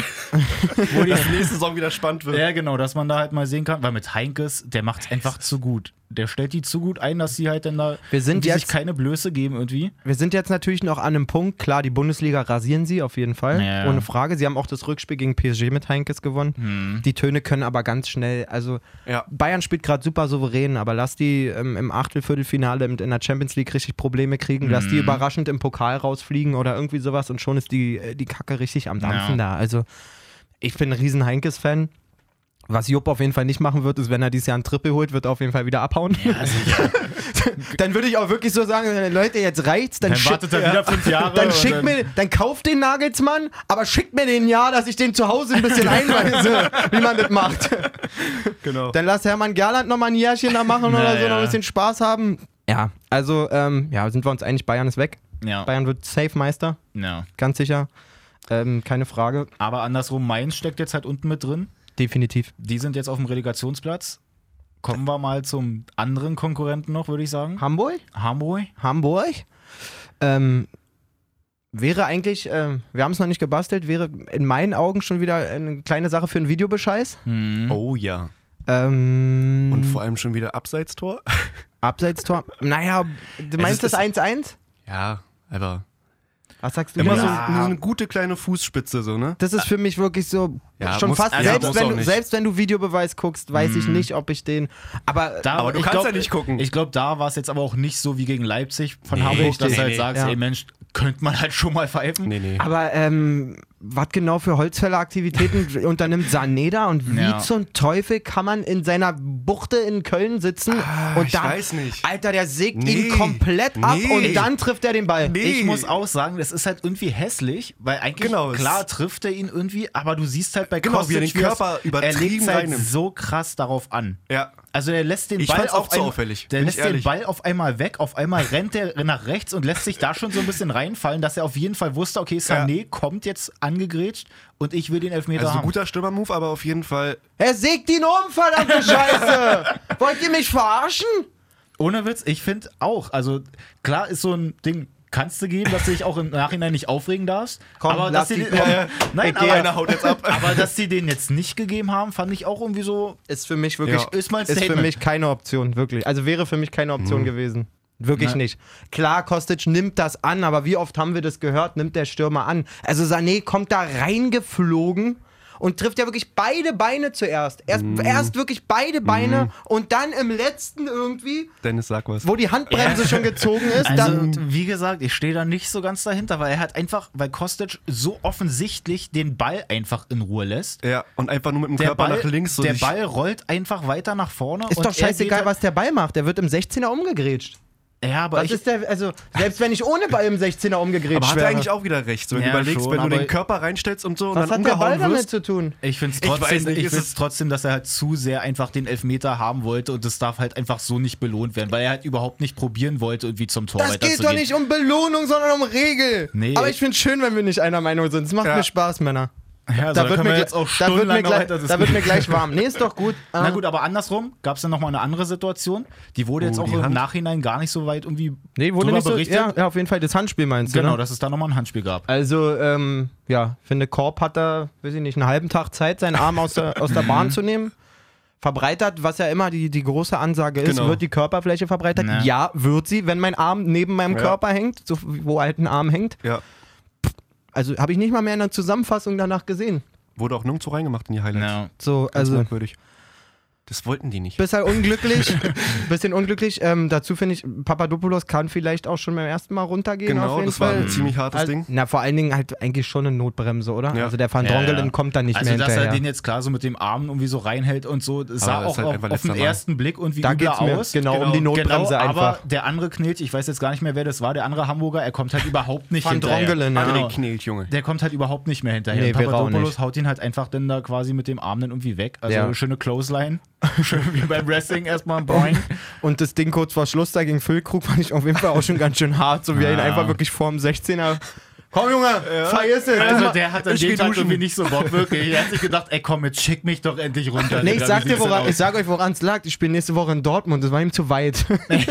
Wo die nächste Saison wieder spannend wird. Ja, genau, dass man da halt mal sehen kann, weil mit Heinkes, der macht es einfach zu gut. Der stellt die zu gut ein, dass sie halt dann da Wir sind irgendwie sich jetzt- keine Blöße geben irgendwie. Wir sind jetzt natürlich noch an einem Punkt, klar, die Bundesliga rasieren sie auf jeden Fall, Ja, ja. ohne Frage. Sie haben auch das Rückspiel gegen P S G mit Heinkes gewonnen. Hm. Die Töne können aber ganz schnell, also Ja. Bayern spielt gerade super souverän, aber lass die ähm, im Achtelfinale in der Champions League richtig Probleme kriegen, lass Mhm. die überraschend im Pokal rausfliegen oder irgendwie sowas und schon ist die, äh, die Kacke richtig am Dampfen Ja. da. Also ich bin ein riesen Heinkes-Fan. Was Jupp auf jeden Fall nicht machen wird, ist, wenn er dieses Jahr ein Triple holt, wird er auf jeden Fall wieder abhauen. Ja, sicher. Dann würde ich auch wirklich so sagen, Leute, jetzt reicht's. Dann, Dann schick- wartet er wieder fünf Jahre. dann und schickt dann- mir, dann kauft den Nagelsmann, aber schickt mir den ja, dass ich den zu Hause ein bisschen einweise, wie man das macht. Genau. Dann lass Hermann Gerland noch mal ein Jährchen da machen oder Na so, ja. noch ein bisschen Spaß haben. Ja, also, ähm, ja, sind wir uns einig, Bayern ist weg. Ja. Bayern wird safe Meister, ja. ganz sicher. Ähm, keine Frage, Aber andersrum, Mainz steckt jetzt halt unten mit drin. definitiv. Die sind jetzt auf dem Relegationsplatz. Kommen wir mal zum anderen Konkurrenten noch, würde ich sagen. Hamburg? Hamburg. Hamburg. Ähm, wäre eigentlich, ähm, wir haben es noch nicht gebastelt, wäre in meinen Augen schon wieder eine kleine Sache für einen Videobescheiß. Mhm. Oh ja. Ähm, Und vor allem schon wieder Abseitstor. Abseitstor. Naja, du meinst ist- das eins eins? Ja, aber Was sagst du? immer denn? so, Ja. so eine gute kleine Fußspitze, so, ne? Das ist für mich wirklich so, Ja, schon muss- fast, also selbst, muss wenn auch du, nicht. selbst wenn du Videobeweis guckst, weiß ich nicht, ob ich den, aber Da, Aber du ich kannst glaub, ja nicht gucken. Ich glaube, da war es jetzt aber auch nicht so wie gegen Leipzig von Nee, Hamburg, dass richtig. du halt Nee, sagst, ja. ey Mensch, könnte man halt schon mal pfeifen. Nee, nee. Aber ähm, was genau für Holzfälleraktivitäten unternimmt Sané da und wie Ja. zum Teufel kann man in seiner Buchte in Köln sitzen Ah, und ich da, weiß nicht. Alter, der sägt Nee. ihn komplett ab Nee. und dann trifft er den Ball. Nee. Ich muss auch sagen, das ist halt irgendwie hässlich, weil eigentlich, Genau, es- klar trifft er ihn irgendwie, aber du siehst halt bei Genau, Kostic, wie er den wie er's- Körper er übertrieben legt halt reinnimmt. so krass darauf an. Ja. Also der lässt den Ich Ball fand's auch auf zu ein, auffällig, Der bin lässt ich den ehrlich. Ball auf einmal weg, auf einmal rennt er nach rechts und lässt sich da schon so ein bisschen reinfallen, dass er auf jeden Fall wusste, okay, Sané kommt jetzt angegrätscht und ich will den Elfmeter Also haben. guter Stürmer-Move, aber auf jeden Fall. Er sägt ihn um, verdammte Scheiße! Wollt ihr mich verarschen? Ohne Witz, ich finde auch. Also klar ist so ein Ding, kannst du geben, dass du dich auch im Nachhinein nicht aufregen darfst. Komm, aber lass dass sie die- den, komm. nein, Ich geh, aber, einer haut jetzt ab. aber dass sie den jetzt nicht gegeben haben, fand ich auch irgendwie so. Ist für mich wirklich, Ja. Ist mal ein ist für Statement. mich keine Option, wirklich. Also wäre für mich keine Option Mhm. gewesen. Wirklich Na. nicht. Klar, Kostic nimmt das an, aber wie oft haben wir das gehört, nimmt der Stürmer an. Also Sané kommt da reingeflogen und trifft ja wirklich beide Beine zuerst. Erst, Mhm. erst wirklich beide Beine und dann im letzten irgendwie, Dennis, sag was. wo die Handbremse schon gezogen ist, Also, dann... wie gesagt, ich stehe da nicht so ganz dahinter, weil er hat einfach, weil Kostic so offensichtlich den Ball einfach in Ruhe lässt. Ja, und einfach nur mit dem Der Körper Ball, nach links. So der sich- Ball rollt einfach weiter nach vorne. Ist und doch er geht scheißegal, halt- was der Ball macht. Der wird im sechzehner umgegrätscht. Ja, aber Was ich, ist der, also, selbst wenn ich ohne Ball im sechzehner umgegrätscht aber hat er wäre. eigentlich auch wieder recht. So, wenn Ja, du überlegst, schon, wenn du aber- den Körper reinstellst und so und Was dann hat der Ball umgehauen damit wirst. zu tun? Ich finde es Ich weiß trotzdem, nicht, ich ist find's es- trotzdem, dass er halt zu sehr einfach den Elfmeter haben wollte und das darf halt einfach so nicht belohnt werden, weil er halt überhaupt nicht probieren wollte, irgendwie zum Tor Das geht weiterzugehen. doch nicht um Belohnung, sondern um Regel. Nee. Aber ich finde es schön, wenn wir nicht einer Meinung sind. Es macht Ja. mir Spaß, Männer. Ja, also da, da wird können mir, wir jetzt auch da, wird mir stundenlang gleich, weiter da wird mir gleich warm. Nee, ist doch gut. Na Ähm, gut, aber andersrum gab es dann nochmal eine andere Situation. Die wurde jetzt Oh, auch die im Hand. Nachhinein gar nicht so weit irgendwie Nee, wurde drüber nicht so, berichtet. ja, ja, auf jeden Fall das Handspiel meinst du, Genau, ne? dass es da nochmal ein Handspiel gab. Also, ähm, ja, finde Korb hat da, weiß ich nicht, einen halben Tag Zeit, seinen Arm aus der, aus der Bahn zu nehmen. Verbreitert, was ja immer die, die große Ansage ist, Genau. wird die Körperfläche verbreitert? Ja. Ja, wird sie, wenn mein Arm neben meinem Ja. Körper hängt, so, wo halt ein Arm hängt. Ja. Also habe ich nicht mal mehr in der Zusammenfassung danach gesehen. Wurde auch nirgendwo reingemacht in die Highlights. Ja. So, Ganz also merkwürdig. Das wollten die nicht. bist halt unglücklich, bisschen unglücklich. Ähm, dazu finde ich, Papadopoulos kann vielleicht auch schon beim ersten Mal runtergehen. Genau, auf jeden das war Fall. ein ziemlich hartes Also, Ding. Na, vor allen Dingen halt eigentlich schon eine Notbremse, oder? Ja. Also der Van Ja, Drongelen ja. kommt dann nicht Also, mehr dass hinterher. er den jetzt klar so mit dem Arm irgendwie so reinhält und so, das sah Aber das auch ist halt auf, einfach auf den letzter Mal. ersten Blick und wie da übler geht's mir aus. genau, um die Notbremse genau, einfach. Aber der andere Knilch, ich weiß jetzt gar nicht mehr, wer das war, der andere Hamburger, er kommt halt überhaupt nicht Van hinterher. Drongelen, ja. Genau. André Knelt, Junge. Der kommt halt überhaupt nicht mehr hinterher. Nee, Und wäre auch Papadopoulos nicht. haut ihn halt einfach dann da quasi mit dem Arm dann irgendwie weg. Also Ja. schöne Clothesline. Schön wie beim Wrestling erstmal ein Boing. Und das Ding kurz vor Schluss da gegen Füllkrug fand ich auf jeden Fall auch schon ganz schön hart, so wie er ihn Ja. einfach wirklich vorm sechzehner. Komm Junge, vergiss es. Also der hat an Ich dem geh Tag duschen. irgendwie nicht so Bock, wirklich. Er hat sich gedacht, ey komm, jetzt schick mich doch endlich runter. Nee, ich Digga, sag, wie dir, sieht's denn woran, aus? ich sag euch, woran es lag. Ich spiele nächste Woche in Dortmund. Das war ihm zu weit.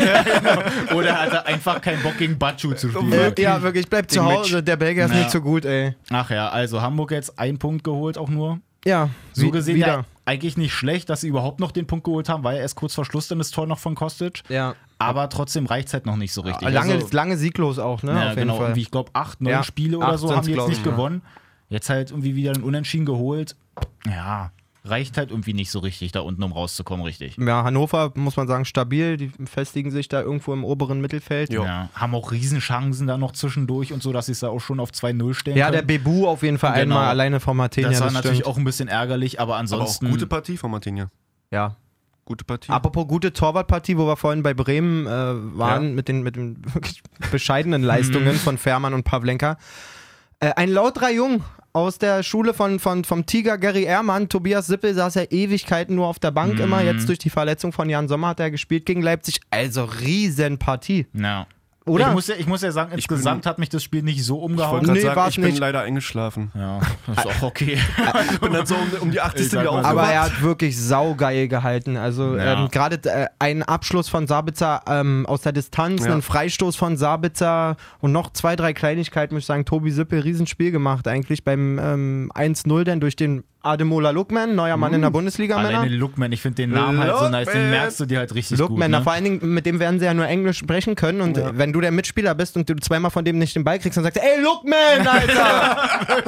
Oder hat er einfach keinen Bock gegen Batschu zu spielen. Äh, ja, wirklich. Ich bleib zu Gegen Hause. Der Belgier ist Ja. nicht so gut, ey. Ach ja, also Hamburg jetzt einen Punkt geholt auch nur. Ja, So wie- gesehen wieder. ja eigentlich nicht schlecht, dass sie überhaupt noch den Punkt geholt haben, weil er erst kurz vor Schluss dann das Tor noch von Kostic. Ja. Aber trotzdem reicht es halt noch nicht so richtig. Lange, Also, lange sieglos auch, ne? ja, auf jeden genau, Fall. irgendwie, ich glaube, acht, neun Ja, Spiele oder acht so sind's, haben die jetzt glaub nicht ich, ja. gewonnen. Jetzt halt irgendwie wieder ein Unentschieden geholt. Ja, reicht halt irgendwie nicht so richtig da unten, um rauszukommen, richtig. Ja, Hannover, muss man sagen, stabil. Die festigen sich da irgendwo im oberen Mittelfeld. Jo. Ja, haben auch Riesenchancen da noch zwischendurch und so, dass sie es da auch schon auf zwei null stellen Ja, der können. Bebu auf jeden Fall Genau. einmal alleine vom Martinia. Das war das natürlich stimmt. auch ein bisschen ärgerlich, aber Aber auch ansonsten... gute Partie von Martinia. Ja. Gute Partie. Apropos gute Torwartpartie, wo wir vorhin bei Bremen äh, waren, Ja. mit den, mit den wirklich bescheidenen Leistungen von Fährmann und Pavlenka. Äh, ein lauterer Jung aus der Schule von, von, vom Tiger Gary Ehrmann, Tobias Sippel, saß ja Ewigkeiten nur auf der Bank Mhm. immer. Jetzt durch die Verletzung von Jan Sommer hat er gespielt gegen Leipzig. Also Riesenpartie. Ja. Oder? Ich muss ja, ich muss ja sagen, insgesamt hat mich das Spiel nicht so ich umgehauen. wollte gerade Nee, sagen, war's ich bin nicht. leider eingeschlafen. Ja, das ist auch okay. Ich bin dann so um, um die Ich achtzigste sag wieder mal so. aufgewacht. Aber er hat wirklich saugeil gehalten. Also Ja. ähm, gerade äh, ein Abschluss von Sabitzer ähm, aus der Distanz, Ja. ein Freistoß von Sabitzer und noch zwei, drei Kleinigkeiten, muss ich sagen. Tobi Sippel, Riesenspiel gemacht eigentlich beim ähm, eins null, denn durch den Ademola Lookman, neuer Mann in der Bundesliga, Männer. Alleine Lookman, ich finde den Namen halt so nice, den Lookman. merkst du dir halt richtig Lookman, gut. na, Ne? vor allen Dingen, mit dem werden sie ja nur Englisch sprechen können und Ja. äh, wenn du der Mitspieler bist und du zweimal von dem nicht den Ball kriegst, dann sagst du, ey Lookman, Alter!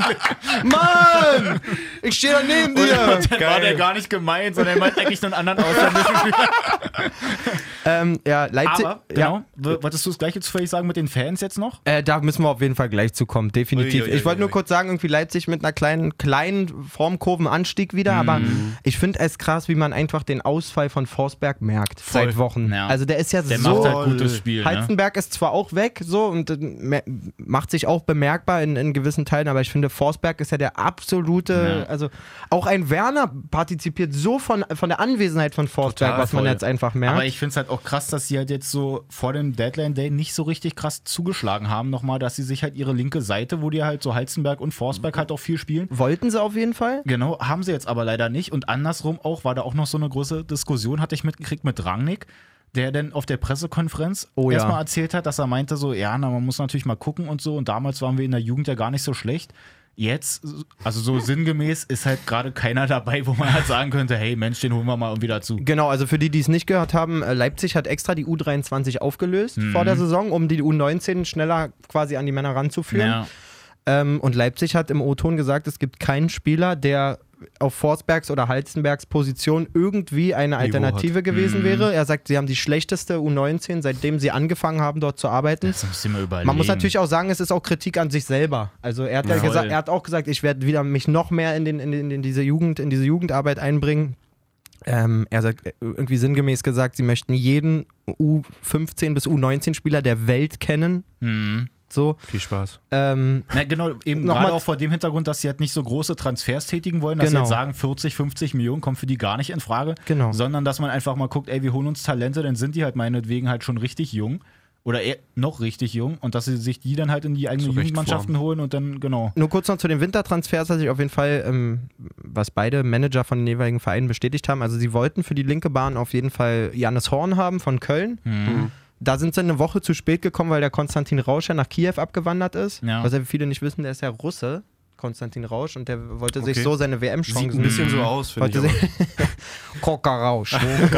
Mann! Ich stehe da neben dir! Dann war der gar nicht gemeint, sondern er meint eigentlich einen anderen ausländischen Spieler. ähm, ja, Leipzig. Aber, ja. genau, w- wolltest du das gleiche zufällig sagen mit den Fans jetzt noch? Äh, da müssen wir auf jeden Fall gleich zu kommen, definitiv. Ui, ui, ui, ich wollte nur ui. kurz sagen, irgendwie Leipzig mit einer kleinen, kleinen Form Formkurvenanstieg wieder, Mhm. aber ich finde es krass, wie man einfach den Ausfall von Forsberg merkt Voll. seit Wochen. Ja. Also der ist ja Der so... macht halt gutes Spiel. Ne? Heizenberg ist zwar auch weg, so, und äh, me- macht sich auch bemerkbar in, in gewissen Teilen, aber ich finde, Forsberg ist ja der absolute, Ja. also auch ein Werner partizipiert so von, von der Anwesenheit von Forsberg, Total was man voll. jetzt einfach merkt. Aber ich finde es halt auch krass, dass sie halt jetzt so vor dem Deadline Day nicht so richtig krass zugeschlagen haben nochmal, dass sie sich halt ihre linke Seite, wo die halt so Heizenberg und Forsberg halt auch viel spielen. Wollten sie auf jeden Fall? Genau, haben sie jetzt aber leider nicht. Und andersrum auch, war da auch noch so eine große Diskussion, hatte ich mitgekriegt mit Rangnick, der dann auf der Pressekonferenz Oh ja. erstmal erzählt hat, dass er meinte so, ja, na, man muss natürlich mal gucken und so. Und damals waren wir in der Jugend ja gar nicht so schlecht. Jetzt, also so sinngemäß, ist halt gerade keiner dabei, wo man halt sagen könnte, hey Mensch, den holen wir mal irgendwie dazu. Genau, also für die, die es nicht gehört haben, äh, Leipzig hat extra die U dreiundzwanzig aufgelöst Mhm. vor der Saison, um die U neunzehn schneller quasi an die Männer ranzuführen. Ja. Ähm, und Leipzig hat im O-Ton gesagt, es gibt keinen Spieler, der auf Forsbergs oder Halzenbergs Position irgendwie eine Alternative hat. gewesen Mhm. wäre. Er sagt, sie haben die schlechteste U neunzehn, seitdem sie angefangen haben, dort zu arbeiten. Das müssen wir überlegen. Man muss natürlich auch sagen, es ist auch Kritik an sich selber. Also er hat, ja Ja. gesagt, Voll. er hat auch gesagt, ich werde wieder mich noch mehr in, den, in, den, in, diese Jugend, in diese Jugendarbeit einbringen. Ähm, er sagt äh, irgendwie sinngemäß gesagt, sie möchten jeden U fünfzehn bis U neunzehn Spieler der Welt kennen. Mhm. So. Viel Spaß. Ähm, Na, genau, eben Nochmal- gerade auch vor dem Hintergrund, dass sie halt nicht so große Transfers tätigen wollen, dass Genau. sie jetzt sagen, vierzig, fünfzig Millionen kommt für die gar nicht in Frage, Genau. sondern dass man einfach mal guckt, ey, wir holen uns Talente, dann sind die halt meinetwegen halt schon richtig jung oder eher noch richtig jung und dass sie sich die dann halt in die eigenen Zur Jugendmannschaften holen und dann, genau. Nur kurz noch zu den Wintertransfers, was ich auf jeden Fall, ähm, was beide Manager von den jeweiligen Vereinen bestätigt haben. Also sie wollten für die linke Bahn auf jeden Fall Jannis Horn haben von Köln. Mhm. Da sind sie eine Woche zu spät gekommen, weil der Konstantin Rausch ja nach Kiew abgewandert ist. Ja. Was ja viele nicht wissen, der ist ja Russe, Konstantin Rausch, und der wollte sich Okay. so seine W Sieht ein M-Chancen... bisschen so aus, finde wollte ich. sich Koka Rausch.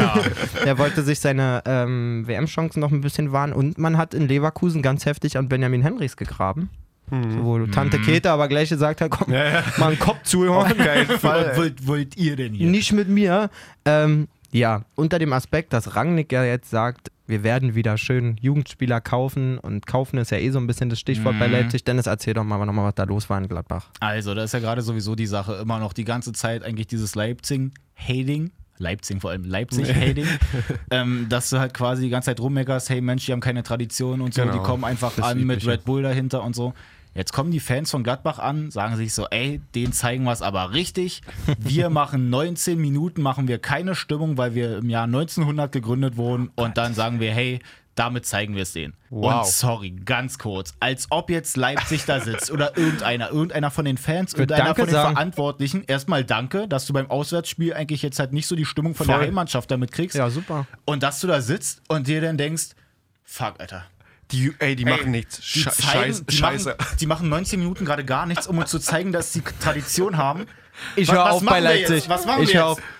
Der wollte sich seine ähm, W M-Chancen noch ein bisschen wahren, und man hat in Leverkusen ganz heftig an Benjamin Henrichs gegraben. So, wo Tante Käthe aber gleich gesagt hat, komm, Ja, ja. mal einen Kopf zu, auf keinen Was wollt, wollt ihr denn hier? nicht mit mir. Ähm, ja, unter dem Aspekt, dass Rangnick ja jetzt sagt, wir werden wieder schön Jugendspieler kaufen, und kaufen ist ja eh so ein bisschen das Stichwort Mhm. bei Leipzig. Dennis, erzähl doch mal nochmal, was da los war in Gladbach. Also, da ist ja gerade sowieso die Sache immer noch die ganze Zeit eigentlich dieses Leipzig-Hating. Leipzig vor allem, Leipzig-Hating. ähm, dass du halt quasi die ganze Zeit rummeckerst, hey Mensch, die haben keine Tradition und so, Genau. die kommen einfach Das an mit Übliche. Red Bull dahinter und so. Jetzt kommen die Fans von Gladbach an, sagen sich so, ey, denen zeigen wir es aber richtig. Wir machen neunzehn Minuten, machen wir keine Stimmung, weil wir im Jahr neunzehnhundert gegründet wurden, und dann sagen wir, hey, damit zeigen wir es denen. Wow. Und sorry, ganz kurz, als ob jetzt Leipzig da sitzt oder irgendeiner, irgendeiner von den Fans, würde irgendeiner Danke von den sagen. Verantwortlichen. Erstmal danke, dass du beim Auswärtsspiel eigentlich jetzt halt nicht so die Stimmung von Voll. der Heimmannschaft damit kriegst. Ja, super. Und dass du da sitzt und dir dann denkst, fuck, Alter. Die, ey, die Ey, machen nichts. Die, Sche zeigen, Scheiße. die, Scheiße. Machen, die machen neunzehn Minuten gerade gar nichts, um uns zu zeigen, dass sie Tradition haben. Ich Was- höre was auf machen bei wir Leipzig. Jetzt? Was machen ich wir hör jetzt? auf.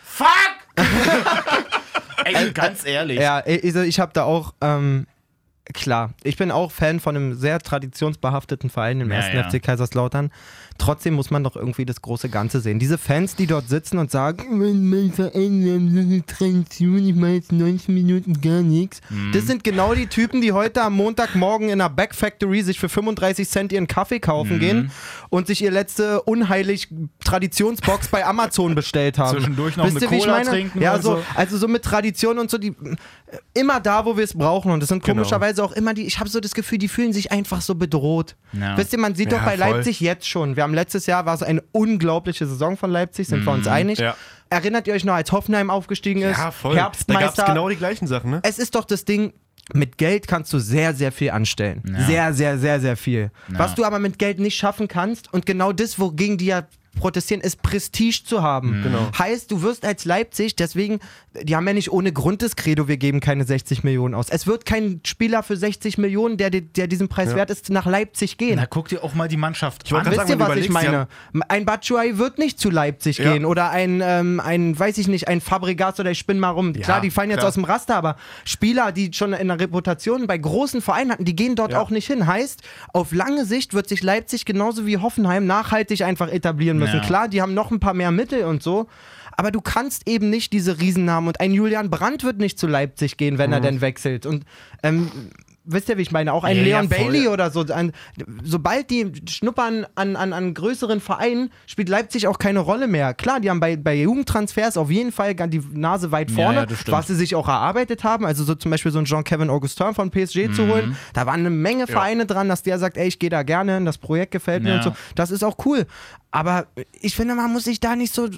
Fuck! Ey, ganz ehrlich. Ja, also ich habe da auch, ähm, klar, ich bin auch Fan von einem sehr traditionsbehafteten Verein, dem Ja, ersten ja. F C Kaiserslautern. Trotzdem muss man doch irgendwie das große Ganze sehen. Diese Fans, die dort sitzen und sagen, mein, mein Verein, wir haben so eine Tradition, ich mache jetzt neunzehn Minuten gar nichts. Mhm. Das sind genau die Typen, die heute am Montagmorgen in einer Back Factory sich für fünfunddreißig Cent ihren Kaffee kaufen Mhm. gehen und sich ihr letzte unheilig Traditionsbox bei Amazon bestellt haben. Zwischendurch noch Wisst eine ihr, wie ich Cola meine? trinken Ja, und so, so. also so mit Tradition und so, die immer da, wo wir es brauchen. Und das sind Genau. komischerweise auch immer die, ich habe so das Gefühl, die fühlen sich einfach so bedroht. Ja. Wisst ihr, man sieht Ja, doch bei voll. Leipzig jetzt schon, wir haben letztes Jahr, war es eine unglaubliche Saison von Leipzig, sind wir uns einig. Ja. Erinnert ihr euch noch, als Hoffenheim aufgestiegen ist? Ja, voll. Da gab Herbstmeister. es genau die gleichen Sachen, ne? Es ist doch das Ding, mit Geld kannst du sehr, sehr viel anstellen. Ja. Sehr, sehr, sehr, sehr viel. Ja. Was du aber mit Geld nicht schaffen kannst, und genau das, wogegen die ja protestieren, ist Prestige zu haben. Genau. Heißt, du wirst als Leipzig, deswegen, die haben ja nicht ohne Grund das Credo, wir geben keine sechzig Millionen aus. Es wird kein Spieler für sechzig Millionen, der, der diesen Preis Ja. wert ist, nach Leipzig gehen. Na, guck dir auch mal die Mannschaft wollte an. gerade Wisst ihr, sagen, wenn was du ich überlegst, meine? Ein Batshuayi wird nicht zu Leipzig Ja. gehen, oder ein, ähm, ein, weiß ich nicht, ein Fabregas, oder ich spinne mal rum. Klar, die fallen jetzt klar. aus dem Raster, aber Spieler, die schon in der Reputation bei großen Vereinen hatten, die gehen dort Ja. auch nicht hin. Heißt, auf lange Sicht wird sich Leipzig genauso wie Hoffenheim nachhaltig einfach etablieren müssen. Ja. Klar, die haben noch ein paar mehr Mittel und so, aber du kannst eben nicht diese Riesennamen, und ein Julian Brandt wird nicht zu Leipzig gehen, wenn er denn wechselt. Und ähm, wisst ihr, wie ich meine? Auch ein Ja, Leon ja, voll. Bailey oder so. Ein, sobald die schnuppern an, an, an größeren Vereinen, spielt Leipzig auch keine Rolle mehr. Klar, die haben bei, bei Jugendtransfers auf jeden Fall die Nase weit Ja, vorne, ja, das stimmt. was sie sich auch erarbeitet haben. Also so zum Beispiel so einen Jean-Kevin Augustin von P S G Mhm. zu holen. Da waren eine Menge Vereine dran, dass der sagt, ey, ich gehe da gerne hin, das Projekt gefällt mir Ja. und so. Das ist auch cool. Aber ich finde, man muss sich da nicht so...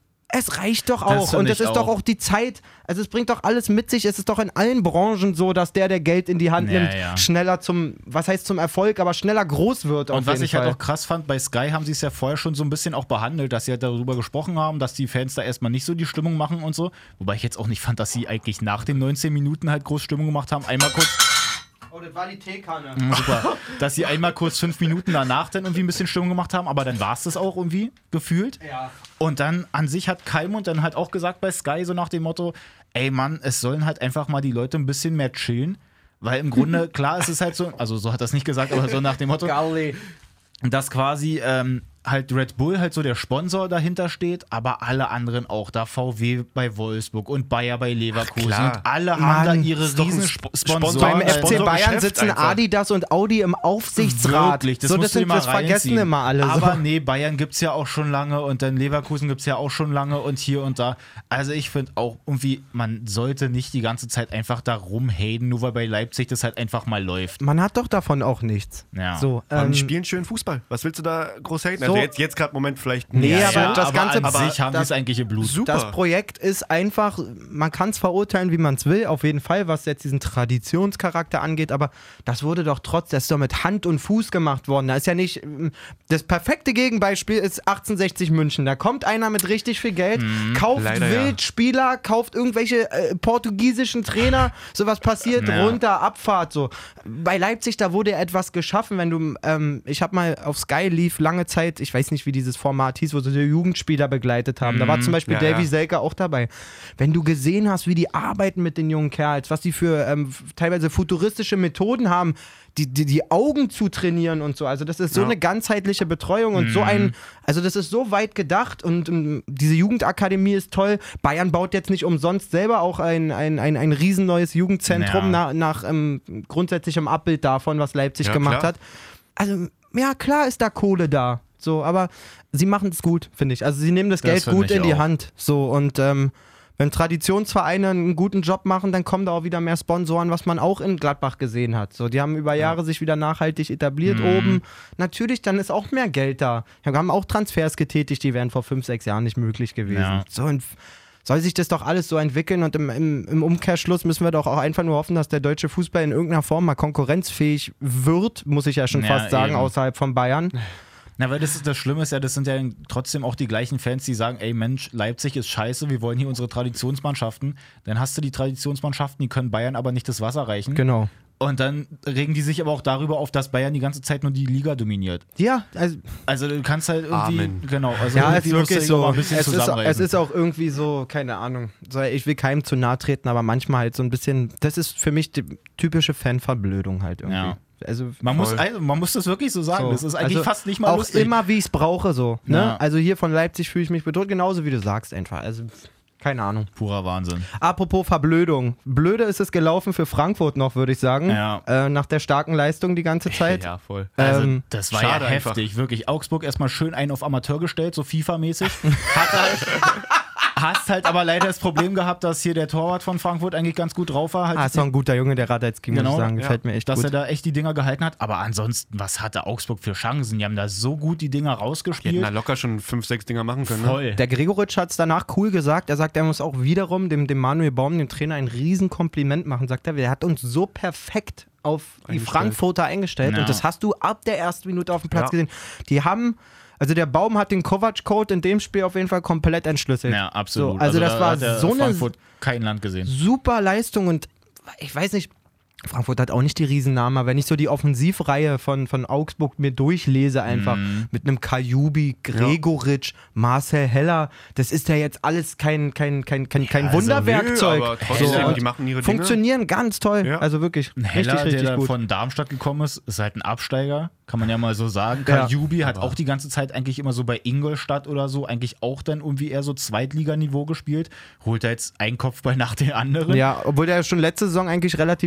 Es reicht doch auch. finde Und es ich ist doch auch. auch die Zeit. Also es bringt doch alles mit sich. Es ist doch in allen Branchen so, dass der, der Geld in die Hand Ja, nimmt, ja. schneller zum, was heißt zum Erfolg, aber schneller groß wird. Und auf was jeden ich Fall. halt auch krass fand, bei Sky haben sie es ja vorher schon so ein bisschen auch behandelt, dass sie halt darüber gesprochen haben, dass die Fans da erstmal nicht so die Stimmung machen und so. Wobei ich jetzt auch nicht fand, dass sie eigentlich nach den neunzehn Minuten halt groß Stimmung gemacht haben. Einmal kurz. Oh, das war die Teekanne. Mhm, super. Dass sie einmal kurz fünf Minuten danach dann irgendwie ein bisschen Stimmung gemacht haben, aber dann war es das auch irgendwie gefühlt. Ja. Und dann an sich hat Kalmund dann halt auch gesagt bei Sky so nach dem Motto, ey Mann, es sollen halt einfach mal die Leute ein bisschen mehr chillen, weil im Grunde, klar ist es halt so, also so hat er es nicht gesagt, aber so nach dem Motto, Gauli. dass quasi ähm, halt Red Bull halt so der Sponsor dahinter steht, aber alle anderen auch, da V W bei Wolfsburg und Bayer bei Leverkusen klar. und alle haben Mann, da ihre ist doch ein riesen Sp- Sp Sponsor- Sponsoren. Beim F C Sponsorgeschäft Bayern sitzen einfach. Adidas und Audi im Aufsichtsrat. Wirklich, das so, musst das, du dir sind, mal das vergessen reinziehen. immer alle. Aber so. nee, Bayern gibt es ja auch schon lange und dann Leverkusen gibt es ja auch schon lange und hier und da. Also ich finde auch irgendwie, man sollte nicht die ganze Zeit einfach da rumhaten, nur weil bei Leipzig das halt einfach mal läuft. Man hat doch davon auch nichts. Ja. So, Ähm, ähm, die spielen schön Fußball. Was willst du da groß haten? So- Also jetzt, jetzt gerade im Moment vielleicht Nee, nicht. aber ja, das aber Ganze- an sich haben die das- es eigentlich im Blut. Super. Das Projekt ist einfach, man kann es verurteilen, wie man es will, auf jeden Fall, was jetzt diesen Traditionscharakter angeht, aber das wurde doch trotz, das ist doch mit Hand und Fuß gemacht worden. Da ist ja nicht, das perfekte Gegenbeispiel ist achtzehnhundertsechzig München. Da kommt einer mit richtig viel Geld, kauft Leider wild ja. Spieler, kauft irgendwelche äh, portugiesischen Trainer, sowas passiert, Ja. runter, Abfahrt, so. Bei Leipzig, da wurde etwas geschaffen, wenn du, ähm, ich habe mal auf Sky lief lange Zeit, ich weiß nicht, wie dieses Format hieß, wo sie die Jugendspieler begleitet haben. Da war zum Beispiel Ja, Davy ja. Selke auch dabei. Wenn du gesehen hast, wie die arbeiten mit den jungen Kerls, was die für ähm, f- teilweise futuristische Methoden haben, die, die, die Augen zu trainieren und so. Also das ist so Ja. eine ganzheitliche Betreuung und so ein, also das ist so weit gedacht und ähm, diese Jugendakademie ist toll. Bayern baut jetzt nicht umsonst selber auch ein, ein, ein, ein riesen neues Jugendzentrum Ja. na, nach ähm, grundsätzlichem Abbild davon, was Leipzig Ja, gemacht klar. hat. Also ja, klar ist da Kohle da. So, aber sie machen es gut, finde ich. Also sie nehmen das, Das Geld find gut ich in die auch. Hand. So, und ähm, wenn Traditionsvereine einen guten Job machen, dann kommen da auch wieder mehr Sponsoren, was man auch in Gladbach gesehen hat. So, die haben über Jahre sich wieder nachhaltig etabliert Mhm. oben. Natürlich, dann ist auch mehr Geld da. Wir haben auch Transfers getätigt, die wären vor fünf, sechs Jahren nicht möglich gewesen. Ja. So, und soll sich das doch alles so entwickeln und im, im, im Umkehrschluss müssen wir doch auch einfach nur hoffen, dass der deutsche Fußball in irgendeiner Form mal konkurrenzfähig wird, muss ich ja schon Ja, fast sagen, eben. außerhalb von Bayern. Na, weil das, ist, das Schlimme ist ja, das sind ja trotzdem auch die gleichen Fans, die sagen, ey Mensch, Leipzig ist scheiße, wir wollen hier unsere Traditionsmannschaften. Dann hast du die Traditionsmannschaften, die können Bayern aber nicht das Wasser reichen. Genau. Und dann regen die sich aber auch darüber auf, dass Bayern die ganze Zeit nur die Liga dominiert. Ja, also Also du kannst halt irgendwie, Amen. genau, also ja, es irgendwie ist musst du wirklich dich auch mal so. ein bisschen Es ist, es zusammenreißen. ist auch irgendwie so, keine Ahnung. So, ich will keinem zu nahe treten, aber manchmal halt so ein bisschen, das ist für mich die typische Fanverblödung halt irgendwie. Ja. Also man, muss, Voll. also, man muss das wirklich so sagen, so. das ist eigentlich Also fast nicht mal auch lustig. immer, wie ich es brauche, so. Ne? Ja. Also hier von Leipzig fühle ich mich bedroht, genauso wie du sagst einfach. Also keine Ahnung. Purer Wahnsinn. Apropos Verblödung. Blöde ist es gelaufen für Frankfurt noch, würde ich sagen. Ja. Äh, nach der starken Leistung die ganze Zeit. Ja, voll. Also Ähm, das war schade ja einfach. heftig, wirklich. Augsburg erstmal schön einen auf Amateur gestellt, so FIFA-mäßig. Hat halt, hast halt aber leider das Problem gehabt, dass hier der Torwart von Frankfurt eigentlich ganz gut drauf war. Halt Ah, ist doch ein guter Junge, der Radetzky, muss Genau, ich sagen. ja. Gefällt mir echt dass gut. er da echt die Dinger gehalten hat. Aber ansonsten, was hatte Augsburg für Chancen? Die haben da so gut die Dinger Die hätten rausgespielt. da locker schon fünf, sechs Dinger machen können. Ne? Voll. Der Gregoritsch hat es danach cool gesagt. Er sagt, er muss auch wiederum dem, dem Manuel Baum, dem Trainer, ein Riesenkompliment machen. Sagt er, der hat uns so perfekt auf die Eingestellt. Frankfurter eingestellt. Ja. Und das hast du ab der ersten Minute auf dem Platz Ja. gesehen. Die haben, also der Baum hat den Kovac-Code in dem Spiel auf jeden Fall komplett entschlüsselt. Ja, absolut. So, also, das da war hat der so eine Frankfurt kein Land gesehen. super Leistung und ich weiß nicht, Frankfurt hat auch nicht die Riesennamen, aber wenn ich so die Offensivreihe von, von Augsburg mir durchlese, einfach Mhm. mit einem Kajubi, Gregoritsch, Marcel Heller, das ist ja jetzt alles kein, kein, kein, kein, kein also Wunderwerkzeug. Nö, aber trotzdem, So, die machen ihre Dinge. funktionieren ganz toll. Ja. Also wirklich Ein richtig, Heller, richtig der da gut. von Darmstadt gekommen ist, ist halt ein Absteiger, kann man ja mal so sagen. Ja. Kajubi hat auch die ganze Zeit eigentlich immer so bei Ingolstadt oder so, eigentlich auch dann irgendwie eher so Zweitliganiveau gespielt. Holt er jetzt einen Kopfball nach dem anderen. Ja, obwohl der schon letzte Saison eigentlich relativ stabil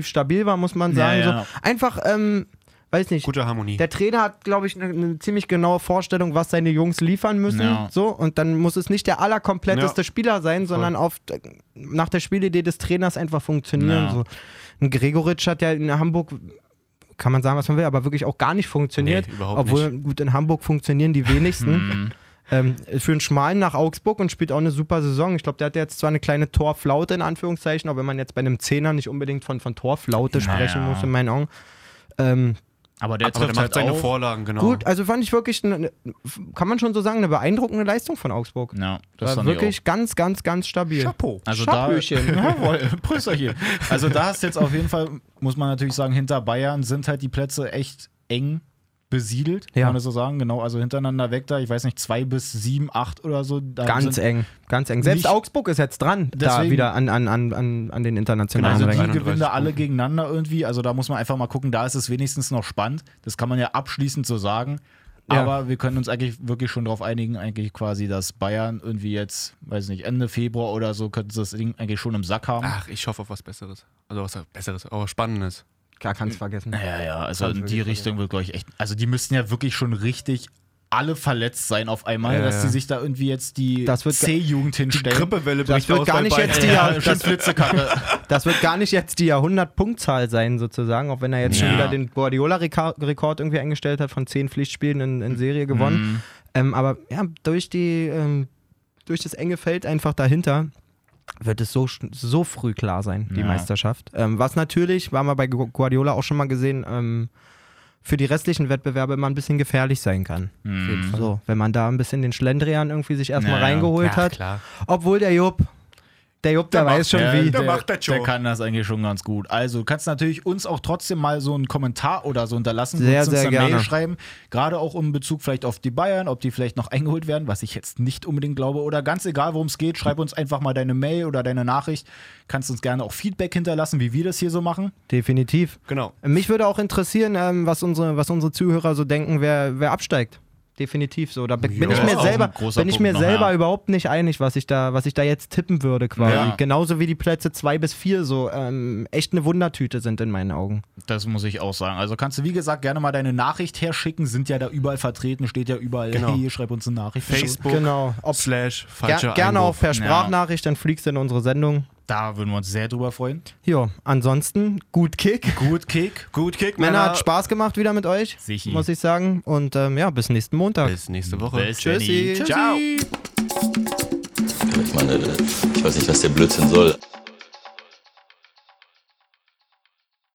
Spiel war, muss man sagen. Ja, ja. So. Einfach, ähm, weiß nicht. Gute Harmonie. Der Trainer hat, glaube ich, eine, eine ziemlich genaue Vorstellung, was seine Jungs liefern müssen. Ja. So, und dann muss es nicht der allerkompletteste Ja. Spieler sein, sondern oft nach der Spielidee des Trainers einfach funktionieren. Ja. So. Ein Gregoritsch hat ja in Hamburg, kann man sagen, was man will, aber wirklich auch gar nicht funktioniert. Nee, überhaupt obwohl, nicht. gut, in Hamburg funktionieren die wenigsten. ähm, für einen Schmalen nach Augsburg und spielt auch eine super Saison. Ich glaube, der hat jetzt zwar eine kleine Torflaute in Anführungszeichen, aber wenn man jetzt bei einem Zehner nicht unbedingt von, von Torflaute Naja. sprechen muss, in meinen Augen. Ähm, Aber der Aber der trifft macht halt seine auch. Vorlagen, genau. Gut, also fand ich wirklich, eine, kann man schon so sagen, eine beeindruckende Leistung von Augsburg. Ja, das War fand ich wirklich ganz, ganz, ganz stabil. Chapeau. Also da, Schapöchen. jawohl, Prösterchen. Also da ist jetzt auf jeden Fall, muss man natürlich sagen, hinter Bayern sind halt die Plätze echt eng besiedelt, Ja. kann man das so sagen. Genau, also hintereinander weg da, ich weiß nicht, zwei bis sieben, acht oder so. Da Ganz sind, eng, ganz eng. Selbst Nicht- Augsburg ist jetzt dran, da Deswegen- wieder an, an, an, an, an den internationalen Also die Rängen. einunddreißig gewinnen da alle Punkte. gegeneinander irgendwie. Also da muss man einfach mal gucken, da ist es wenigstens noch spannend. Das kann man ja abschließend so sagen. Ja. Aber wir können uns eigentlich wirklich schon darauf einigen, eigentlich quasi, dass Bayern irgendwie jetzt, weiß nicht, Ende Februar oder so, könnten sie das Ding eigentlich schon im Sack haben. Ach, ich hoffe auf was Besseres. Also was Besseres, aber Spannendes. Klar, kannst vergessen. Ja, ja, also Kannst in die wirklich Richtung wird, glaube ich, echt. Also die müssten ja wirklich schon richtig alle verletzt sein auf einmal, Ja, dass ja. die sich da irgendwie jetzt die Das wird C-Jugend hinstellen. Grippewelle Das wird gar nicht jetzt die, Ja, das, schön Flitzekacke. das wird gar nicht jetzt die Jahrhundert-Punktzahl sein, sozusagen, auch wenn er jetzt schon Ja. wieder den Guardiola-Rekord irgendwie eingestellt hat, von zehn Pflichtspielen in, in Serie gewonnen. Mhm. Ähm, aber ja, durch die, ähm, durch das enge Feld einfach dahinter wird es so, sch- so früh klar sein, die Ja. Meisterschaft. Ähm, was natürlich, war mal bei Gu- Guardiola auch schon mal gesehen, ähm, für die restlichen Wettbewerbe immer ein bisschen gefährlich sein kann. Mhm. So, wenn man da ein bisschen den Schlendrian irgendwie sich erstmal Ja, ja. reingeholt Ja, hat. klar. Obwohl der Jupp, der Jupp, der, weiß schon Ja, wie. Der, macht das schon. der kann das eigentlich schon ganz gut. Also du kannst natürlich uns auch trotzdem mal so einen Kommentar oder so hinterlassen, Sehr, uns sehr eine Mail gerne. schreiben, gerade auch in Bezug vielleicht auf die Bayern, ob die vielleicht noch eingeholt werden, was ich jetzt nicht unbedingt glaube, oder ganz egal, worum es geht, schreib uns einfach mal deine Mail oder deine Nachricht. Kannst uns gerne auch Feedback hinterlassen, wie wir das hier so machen. Definitiv. Genau. Mich würde auch interessieren, ähm, was, unsere, was unsere Zuhörer so denken, wer, wer absteigt. Definitiv so. Da bin Ja, ich ist mir auch selber, ein großer bin ich Punkt mir noch, selber ja. überhaupt nicht einig, was ich da, was ich da jetzt tippen würde quasi. Ja. Genauso wie die Plätze zwei bis vier so ähm, echt eine Wundertüte sind in meinen Augen. Das muss ich auch sagen. Also kannst du, wie gesagt, gerne mal deine Nachricht herschicken, sind ja da überall vertreten, steht ja überall, Genau. hey, schreib uns eine Nachricht. Facebook Genau. Ob, slash ger falscher gerne auch Einwurf. per Sprachnachricht, dann fliegst du in unsere Sendung. Da würden wir uns sehr drüber freuen. Jo, ansonsten gut Kick. Gut Kick. Gut Kick, Männer, Männer. hat Spaß gemacht wieder mit euch, Sichi. muss ich sagen. Und ähm, ja, bis nächsten Montag. Bis nächste Woche. Bis Tschüssi. Ciao. Ich meine, ich weiß nicht, was der Blödsinn soll.